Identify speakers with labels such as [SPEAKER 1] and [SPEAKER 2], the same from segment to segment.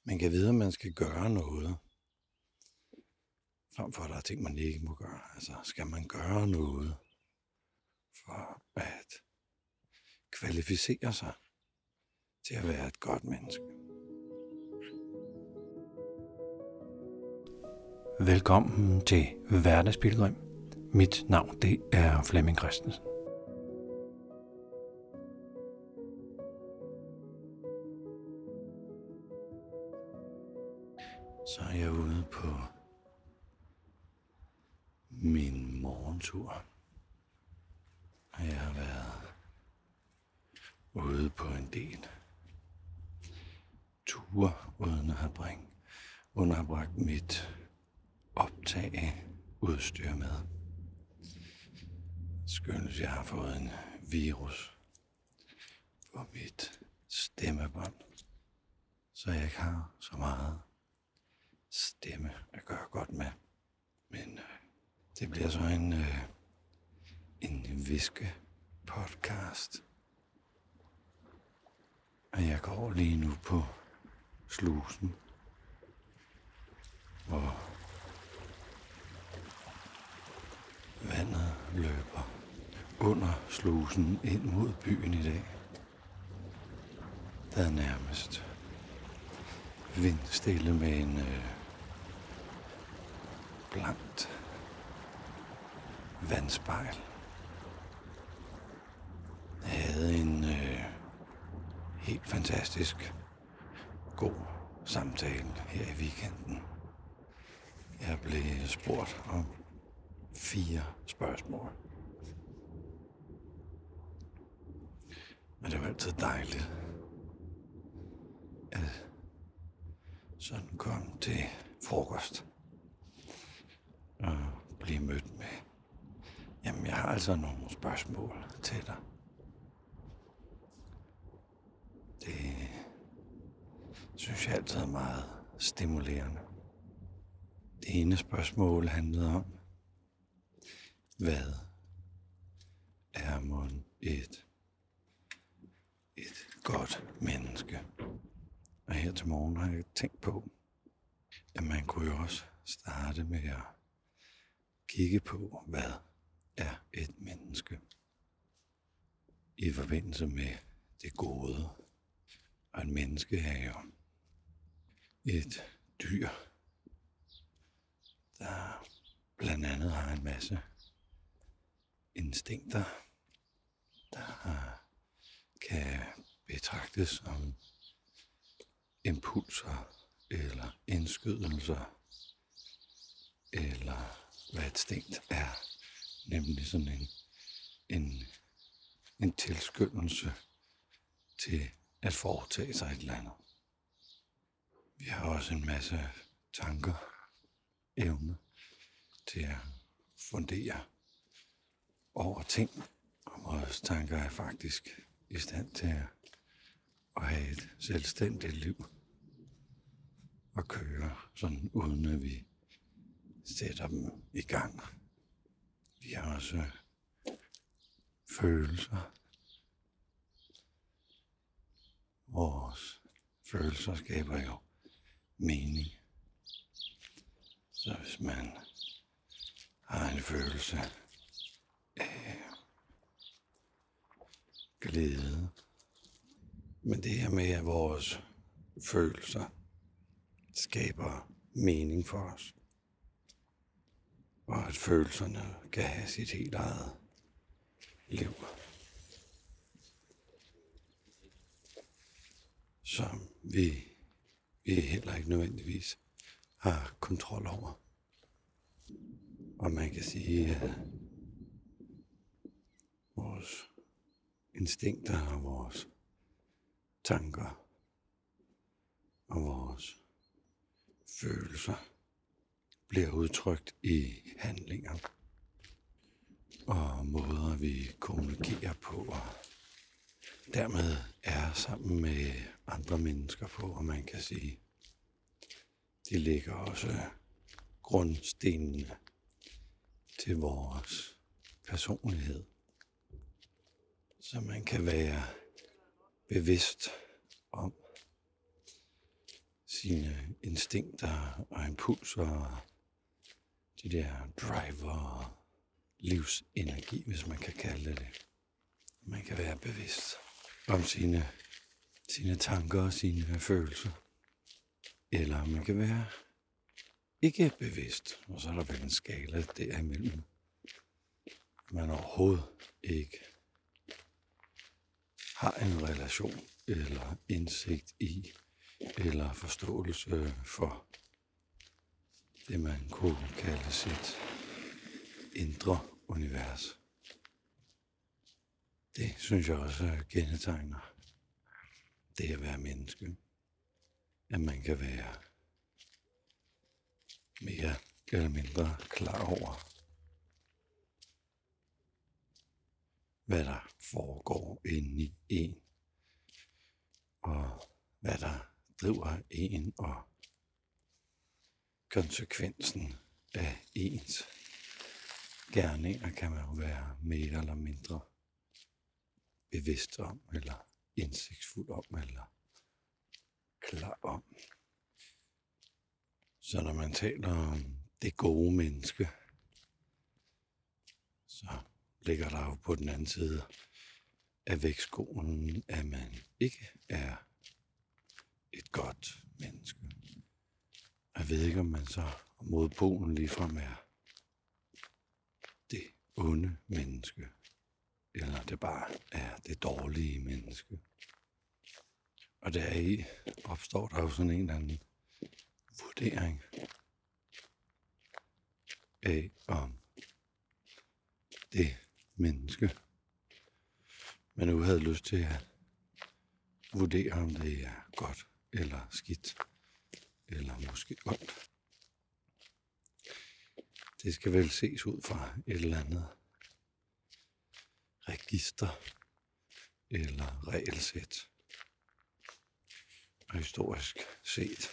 [SPEAKER 1] Man kan vide, at man skal gøre noget, frem for at der er ting, man ikke må gøre. Altså, skal man gøre noget for at kvalificere sig til at være et godt menneske?
[SPEAKER 2] Velkommen til Hverdagspilgrim. Mit navn det er Flemming Christensen.
[SPEAKER 1] Så er jeg ude på min morgentur. Og jeg har været ude på en del ture, uden at have bragt mit optageudstyr med. Skyldes jeg har fået en virus på mit stemmebånd, så jeg ikke har så meget stemme at gøre godt med. Men det bliver så en viske podcast. Og jeg går lige nu på slusen, hvor vandet løber under slusen ind mod byen i dag. Der er nærmest vindstille med en blankt vandspejl. Jeg havde en helt fantastisk god samtale her i weekenden. Jeg blev spurgt om 4 spørgsmål. Men det var altid dejligt at sådan komme til frokost og blive mødt med, jamen jeg har altså nogle spørgsmål til dig. Det synes jeg altid er meget stimulerende. Det ene spørgsmål handlede om, hvad er mon et godt menneske? Og her til morgen har jeg tænkt på, at man kunne jo også starte med at kigge på, hvad er et menneske? I forbindelse med det gode. Og et menneske er jo et dyr, der blandt andet har en masse instinkter, der kan betragtes som impulser eller indskydelser, eller hvad et instinkt er, nemlig sådan en tilskyndelse til at foretage sig et eller andet. Vi har også en masse tanker, evner til at fundere over ting, og vores tanker er faktisk i stand til at have et selvstændigt liv og køre sådan, uden at vi sætter dem i gang. Vi har også følelser. Vores følelser skaber jo mening. Så hvis man har en følelse af glæde, men det her med, at vores følelser skaber mening for os, og at følelserne kan have sit helt eget liv, som vi heller ikke nødvendigvis har kontrol over. Og man kan sige, at vores instinkter og vores tanker og vores følelser bliver udtrykt i handlinger og måder, vi kommunikerer på, og dermed er sammen med andre mennesker på, og man kan sige, de lægger også grundstenene til vores personlighed, så man kan være bevidst om sine instinkter og impulser, de der driver og livsenergi, hvis man kan kalde det. Man kan være bevidst om sine tanker og sine følelser. Eller man kan være ikke bevidst, og så er der vel en skala derimellem. Man overhovedet ikke har en relation eller indsigt i eller forståelse for det, man kunne kalde sit indre univers. Det synes jeg også kendetegner det at være menneske. At man kan være mere eller mindre klar over, hvad der foregår inde i en, og hvad der driver en, og konsekvensen af ens gerninger kan man jo være mere eller mindre bevidst om, eller indsigtsfuld om, eller klar om. Så når man taler om det gode menneske, så ligger der jo på den anden side af vægtskålen, at man ikke er et godt menneske. Jeg ved ikke, om man så mod polen ligefrem er det onde menneske, eller det bare er det dårlige menneske. Og deri opstår der jo sådan en eller anden vurdering af, om det menneske, man nu havde lyst til at vurdere, om det er godt eller skidt, eller måske ondt. Det skal vel ses ud fra et eller andet register eller regelsæt. Og historisk set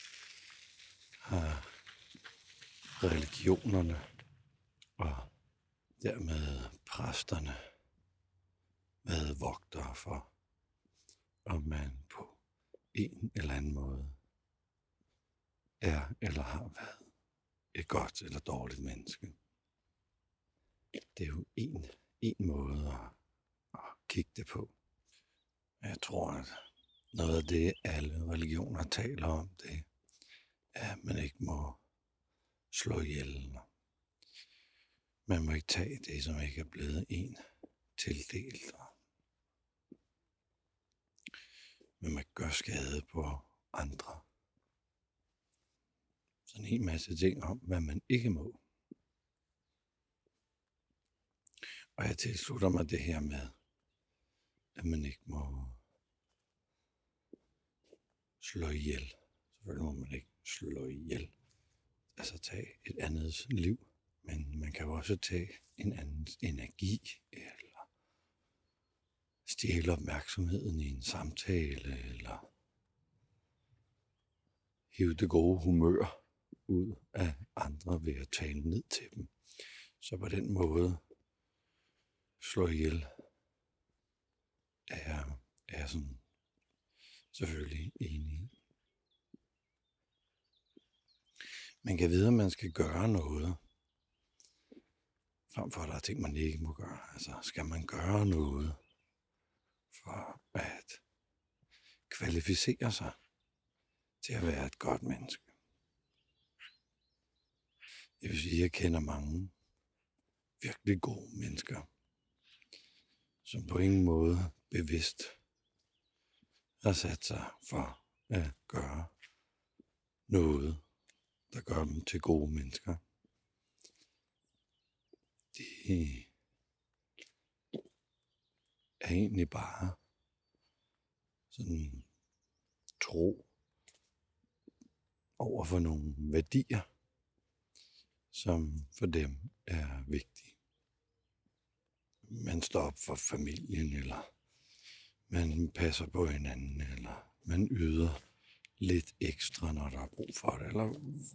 [SPEAKER 1] har religionerne og dermed præsterne været vogtere for, om man på en eller anden måde er eller har været et godt eller dårligt menneske. Det er jo en måde at kigge det på. Jeg tror, at noget af det, alle religioner taler om, det er, at man ikke må slå ihjel. Man må ikke tage det, som ikke er blevet en tildelt. Man må ikke gøre skade på andre. Sådan en hel masse ting om, hvad man ikke må. Og jeg tilslutter mig det her med, at man ikke må slå ihjel. Selvfølgelig må man ikke slå ihjel. Altså tage et andets liv. Men man kan jo også tage en andens energi, eller stjæle opmærksomheden i en samtale, eller hive det gode humør ud af andre ved at tale ned til dem. Så på den måde slå ihjel er jeg sådan selvfølgelig enig i. Man kan vide, at man skal gøre noget, frem for at der er ting, man ikke må gøre. Altså, skal man gøre noget for at kvalificere sig til at være et godt menneske? Jeg vil sige, at jeg kender mange virkelig gode mennesker, som på ingen måde bevidst har sat sig for at gøre noget, der gør dem til gode mennesker. Det er egentlig bare sådan tro over for nogle værdier, som for dem er vigtige. Man står op for familien, eller man passer på hinanden, eller man yder lidt ekstra, når der er brug for det, eller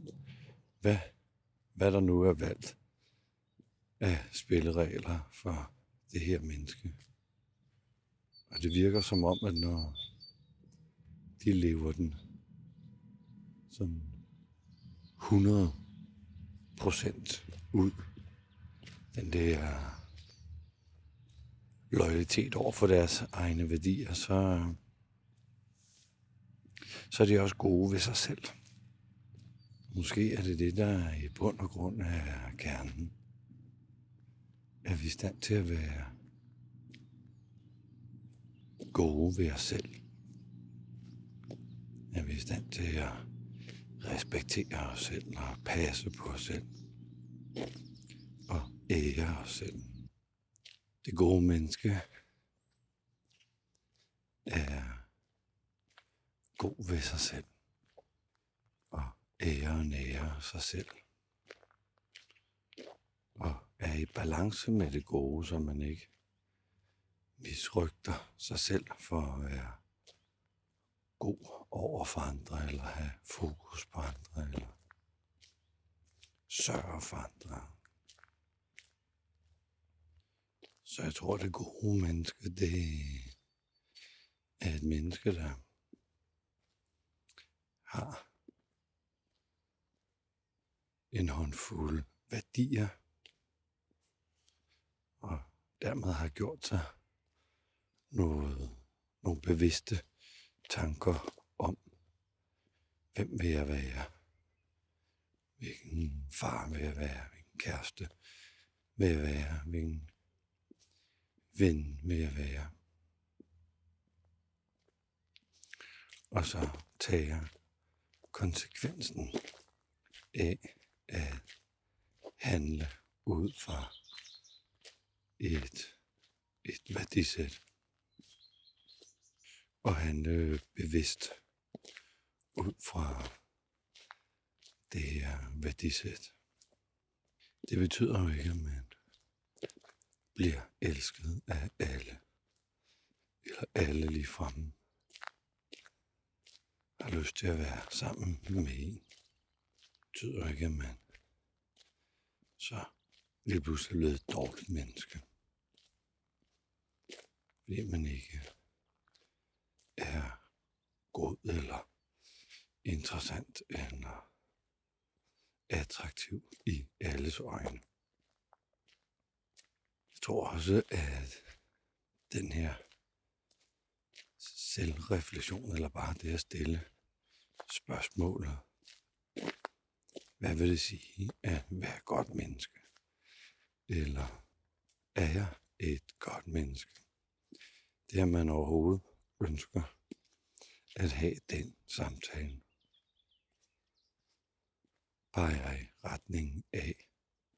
[SPEAKER 1] hvad der nu er valgt af spilleregler for det her menneske. Og det virker som om, at når de lever den sådan 100% ud. Den der loyalitet over for deres egne værdier, så er de også gode ved sig selv. Måske er det det, der i bund og grund er kernen. Er vi i stand til at være gode ved os selv? Er vi i stand til at respektere os selv og passe på os selv? Og ære os selv? Det gode menneske er god ved sig selv og ære og nære sig selv. Og er i balance med det gode, så man ikke misrygter sig selv for at være god over for andre, eller have fokus på andre, eller sørge for andre. Så jeg tror, det gode menneske, det er et menneske, der har en håndfuld værdier, og dermed har gjort sig nogle bevidste tanker om, hvem vil jeg være, hvilken far vil jeg være, hvilken kæreste vil jeg være, hvilken ven vil jeg være. Og så tager konsekvensen af at handle ud fra et værdisæt og handle bevidst ud fra det her værdisæt. Det betyder jo ikke, at man bliver elsket af alle, eller alle lige fremme har lyst til at være sammen med en. Det betyder ikke, at man så lige pludselig bliver et dårligt menneske, fordi man ikke er god eller interessant eller attraktiv i alles øjne. Jeg tror også, at den her selvreflektion, eller bare det at stille spørgsmålet, hvad vil det sige at være et godt menneske? Eller er jeg et godt menneske? Det er, man overhovedet ønsker at have den samtale, peger i retning af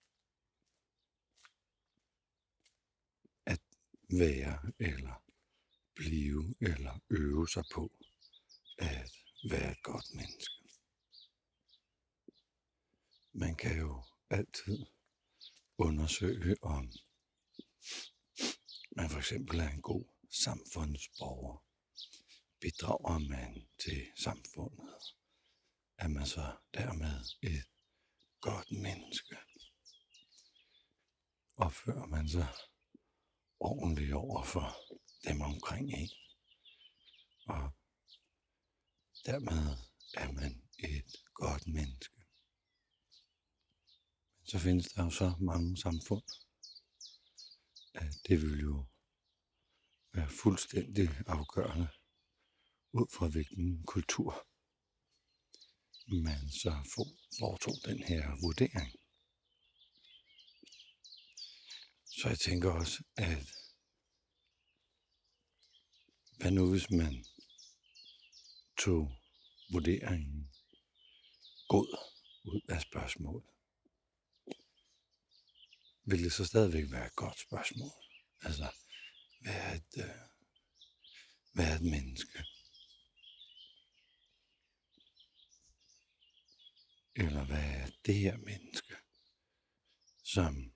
[SPEAKER 1] at være eller blive eller øve sig på at være et godt menneske. Man kan jo altid undersøge, om man for eksempel er en god samfundsborger. Bidrager man til samfundet? Er man så dermed et godt menneske? Opfører man sig ordentligt over for dem omkring en? Og dermed er man et godt menneske. Så findes der jo så mange samfund, at det vil jo være fuldstændig afgørende ud fra hvilken kultur man så foretog den her vurdering. Så jeg tænker også, at hvad nu hvis man tog vurderingen god ud af spørgsmålet? Vil det så stadigvæk være et godt spørgsmål? Altså, hvad er et menneske? Eller hvad er det her menneske, som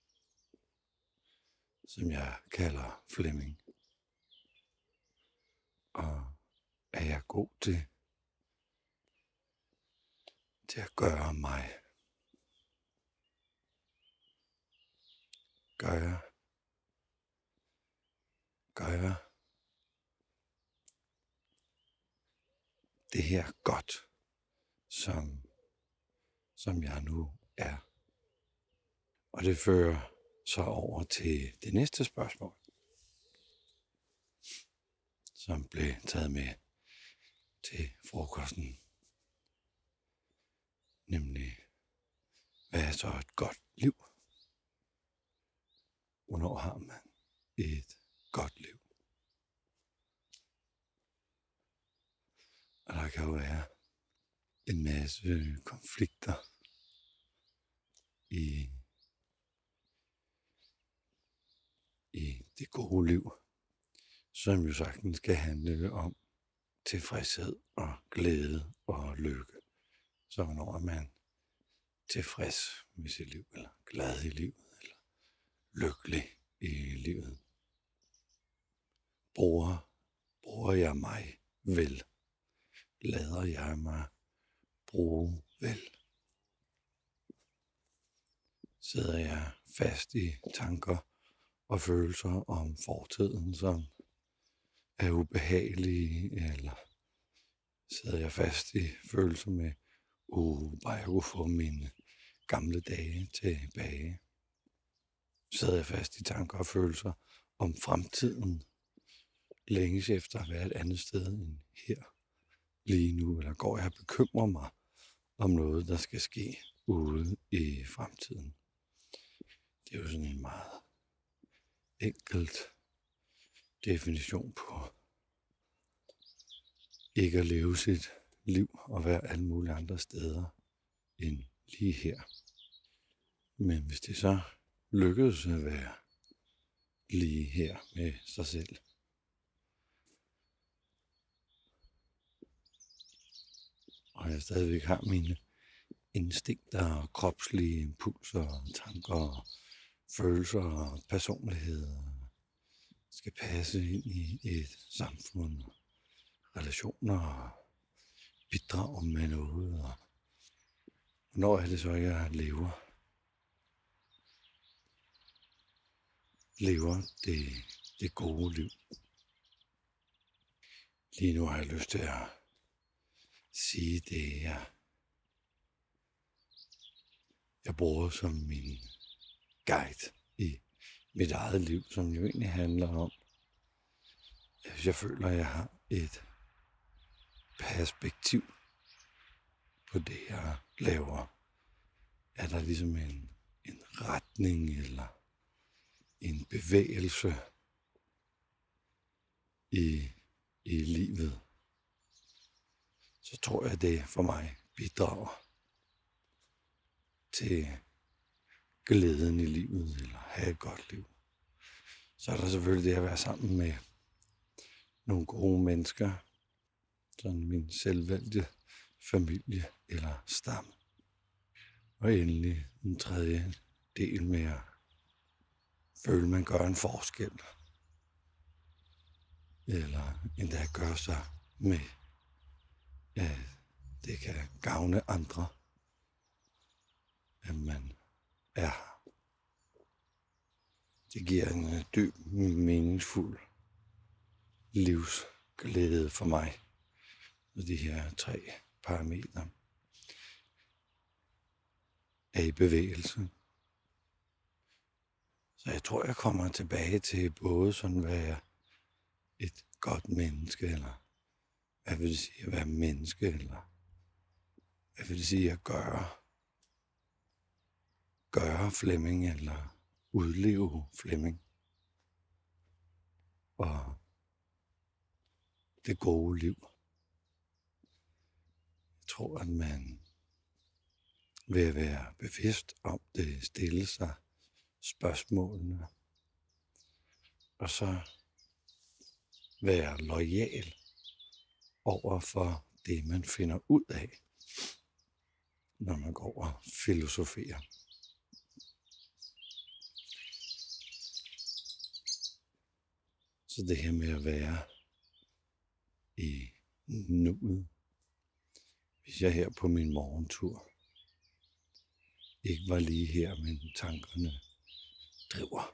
[SPEAKER 1] jeg kalder Flemming? Og er jeg god til at gøre mig? Gør jeg det her godt, som jeg nu er. Og det fører så over til det næste spørgsmål, som blev taget med til frokosten. Nemlig, hvad er så et godt liv? Hvornår har man et godt liv? Og der kan jo være en masse konflikter i det gode liv, som jo sagtens skal handle om tilfredshed og glæde og lykke. Så hvornår er man tilfreds med sit liv, eller glad i livet, eller lykkelig i livet? Bruger jeg mig vel? Lader jeg mig bruge vel? Sidder jeg fast i tanker og følelser om fortiden, som er ubehagelige, eller sidder jeg fast i følelser med, bare jeg kunne få mine gamle dage tilbage? Sidder jeg fast i tanker og følelser om fremtiden, længes efter at være et andet sted end her lige nu, eller går jeg og bekymrer mig om noget, der skal ske ude i fremtiden? Det er jo sådan en meget enkelt definition på ikke at leve sit liv og være alle mulige andre steder end lige her. Men hvis det så lykkedes at være lige her med sig selv, og jeg stadigvæk har mine instinkter og kropslige impulser, tanker, følelser og personligheder, skal passe ind i et samfund, relationer og bidrage med noget. Og hvornår er det så, jeg lever det gode liv? Lige nu har jeg lyst til at sige det, jeg bruger som min guide i mit eget liv, som jo egentlig handler om, at hvis jeg føler, at jeg har et perspektiv på det, jeg laver, er der ligesom en retning eller en bevægelse i livet, så tror jeg, det for mig bidrager til glæden i livet, eller have et godt liv. Så er der selvfølgelig det at være sammen med nogle gode mennesker, sådan min selvvalgte familie eller stamme. Og endelig den tredje del med at føle, man gør en forskel, eller endda gøre sig med, at det kan gavne andre, at man er her. Det giver en dyb, meningsfuld livsglæde for mig, når de her 3 parametre er i bevægelse. Så jeg tror, jeg kommer tilbage til både sådan, hvad er et godt menneske, eller hvad vil det sige at være menneske, eller hvad vil det sige at gøre Flemming, eller udleve Flemming. Og det gode liv. Jeg tror, at man ved at være bevidst om det, stille sig spørgsmålene, og så være loyal over for det, man finder ud af, når man går og filosoferer. Så det her med at være i nuet. Hvis jeg her på min morgentur ikke var lige her, men tankerne driver,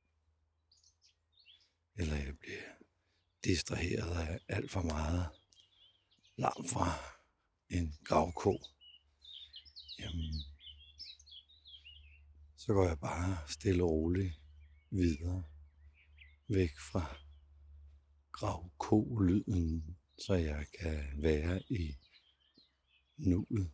[SPEAKER 1] eller jeg bliver distraheret af alt for meget larm fra en gravko, jamen, så går jeg bare stille og roligt videre, væk fra gravko-lyden, så jeg kan være i nuet.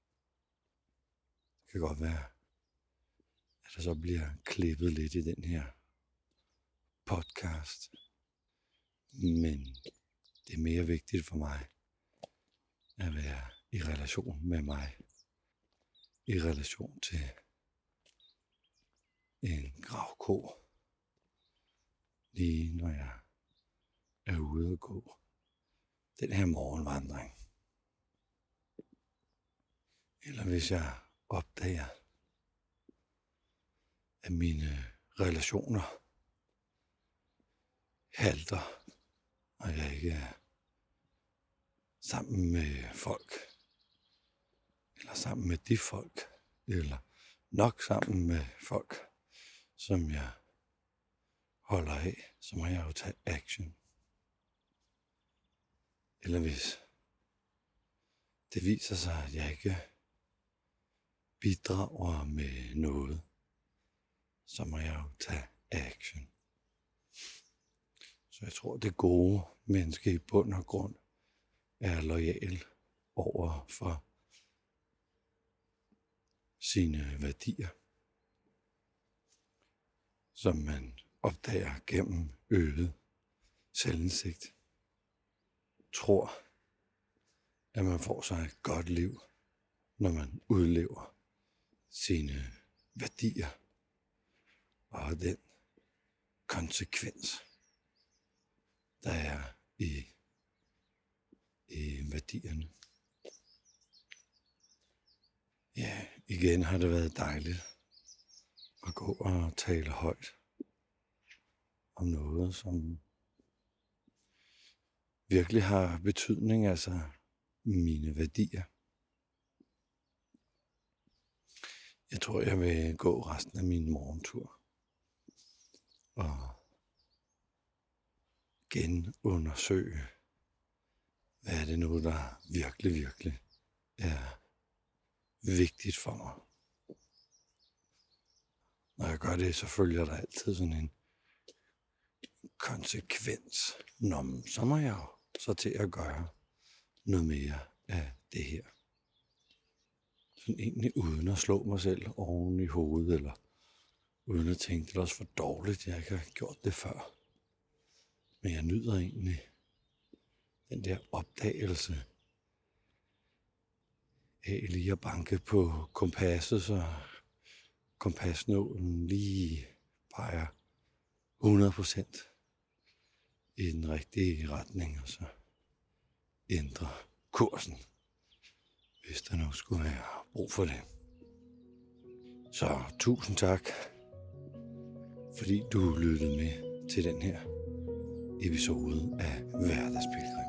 [SPEAKER 1] Det kan godt være, at der så bliver klippet lidt i den her podcast, men det er mere vigtigt for mig at være i relation med mig, i relation til en gravko, lige når jeg er ude at gå den her morgenvandring. Eller hvis jeg opdager, at mine relationer halter, og jeg ikke er sammen med folk, eller sammen med de folk, eller nok sammen med folk, som jeg holder af, så må jeg jo tage action. Eller hvis det viser sig, at jeg ikke bidrager med noget, så må jeg jo tage action. Så jeg tror, det gode menneske i bund og grund er loyal over for sine værdier, som man opdager gennem øget selvindsigt. Tror, at man får sig et godt liv, når man udlever sine værdier og den konsekvens, der er i værdierne. Ja, igen har det været dejligt at gå og tale højt om noget, som virkelig har betydning, altså mine værdier. Jeg tror, jeg vil gå resten af min morgentur og genundersøge, hvad er det nu, der virkelig er vigtigt for mig. Når jeg gør det, så følger der altid sådan en konsekvens. Nå, så må jeg jo så til at gøre noget mere af det her. Sådan egentlig uden at slå mig selv oven i hovedet, eller uden at tænke, det er også for dårligt, jeg ikke har gjort det før. Men jeg nyder egentlig den der opdagelse af lige at banke på kompasset, så kompasnålen lige peger 100% i den rigtige retning, og så ændrer kursen, hvis der nu skulle være brug for det. Så tusind tak, fordi du lyttede med til den her episode af Hverdagspilgrim.